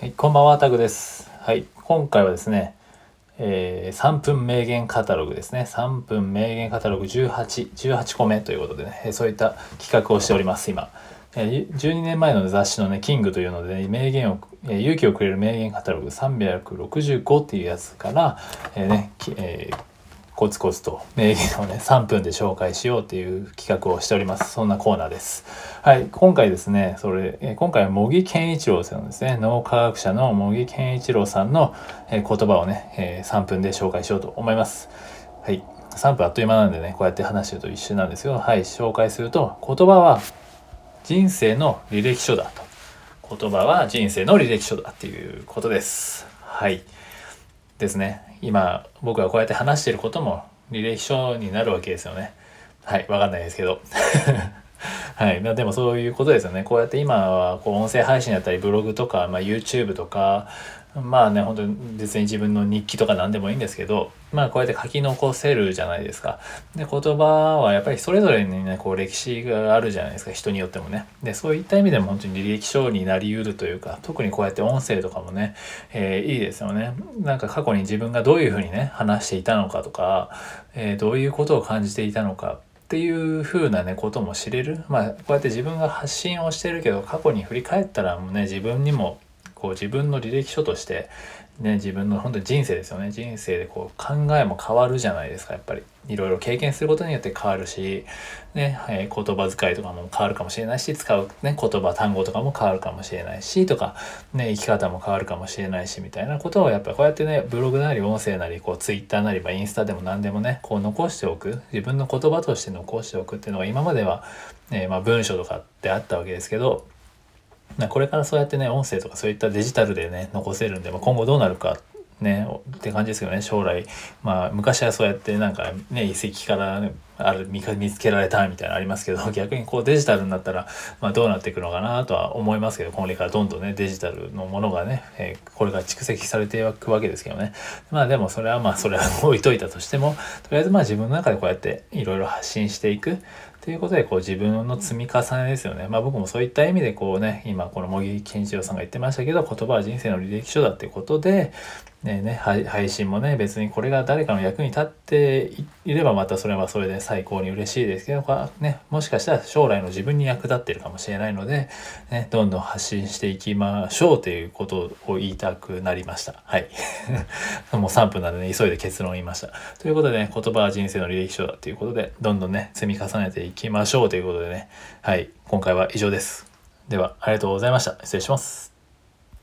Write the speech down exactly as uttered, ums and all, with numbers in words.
はい、こんばんは、タグです。はい、今回はですね、えー、さんぷん名言カタログですね。さんぷん名言カタログじゅうはち、じゅうはちこめということでね、そういった企画をしております、今。えー、じゅうにねんまえの雑誌のね、キングというので、ね、名言を、えー、勇気をくれる名言カタログさんびゃくろくじゅうごっていうやつから、えー、ね、えーコツコツと名言をねさんぷんで紹介しようっていう企画をしております。そんなコーナーです。はい、今回ですね、それえ今回は茂木健一郎さんですね、脳科学者の茂木健一郎さんのえ言葉をね、えさんぷんで紹介しようと思います。はい、さんぷんあっという間なんでね、こうやって話してると一緒なんですけど、はい、紹介すると、言葉は人生の履歴書だと。言葉は人生の履歴書だっていうことです。はい。ですね。今僕がこうやって話していることも履歴書になるわけですよね。はい、わかんないですけど。はい、まあでもそういうことですよね。こうやって今はこう音声配信だったりブログとか、まあ、YouTube とか、まあね本当に別に自分の日記とか何でもいいんですけど、まあこうやって書き残せるじゃないですか。で言葉はやっぱりそれぞれにねこう歴史があるじゃないですか、人によってもね。でそういった意味でも本当に履歴書になりうるというか、特にこうやって音声とかもね、えーいいですよね。なんか過去に自分がどういうふうにね話していたのかとか、えーどういうことを感じていたのかっていう風なねことも知れる。まあこうやって自分が発信をしてるけど、過去に振り返ったらもうね自分にもこう自分の履歴書としてね、自分の本当に人生ですよね。人生でこう考えも変わるじゃないですか。やっぱりいろいろ経験することによって変わるしね、えー言葉遣いとかも変わるかもしれないし、使うね言葉単語とかも変わるかもしれないしとかね、生き方も変わるかもしれないしみたいなことをやっぱりこうやってねブログなり音声なりこうツイッターなり、まあ、インスタでも何でもねこう残しておく、自分の言葉として残しておくっていうのが今までは、えーまあ、文章とかってあったわけですけど、これからそうやってね音声とかそういったデジタルでね残せるんで、まあ、今後どうなるかねって感じですけどね。将来まあ昔はそうやってなんかね遺跡から、ね、ある見見つけられたみたいなのありますけど、逆にこうデジタルになったら、まあ、どうなっていくのかなとは思いますけど、これからどんどんねデジタルのものがね、えーこれから蓄積されていくわけですけどね。まあでもそれはまあそれは置いといたとしても、とりあえずまあ自分の中でこうやっていろいろ発信していくということでこう自分の積み重ねですよね。まあ僕もそういった意味でこうね今この茂木健一郎さんが言ってましたけど、言葉は人生の履歴書だっていうことでねね配信もね別にこれが誰かの役に立っていればまたそれはそれで最高に嬉しいですけどね、もしかしたら将来の自分に役立っているかもしれないので、ね、どんどん発信していきましょうということを言いたくなりました。はいもうさんぷんなので、ね、急いで結論を言いました。ということでね、言葉は人生の履歴書だということでどんどんね積み重ねていきましょうということでね、はい、今回は以上です。ではありがとうございました。失礼します。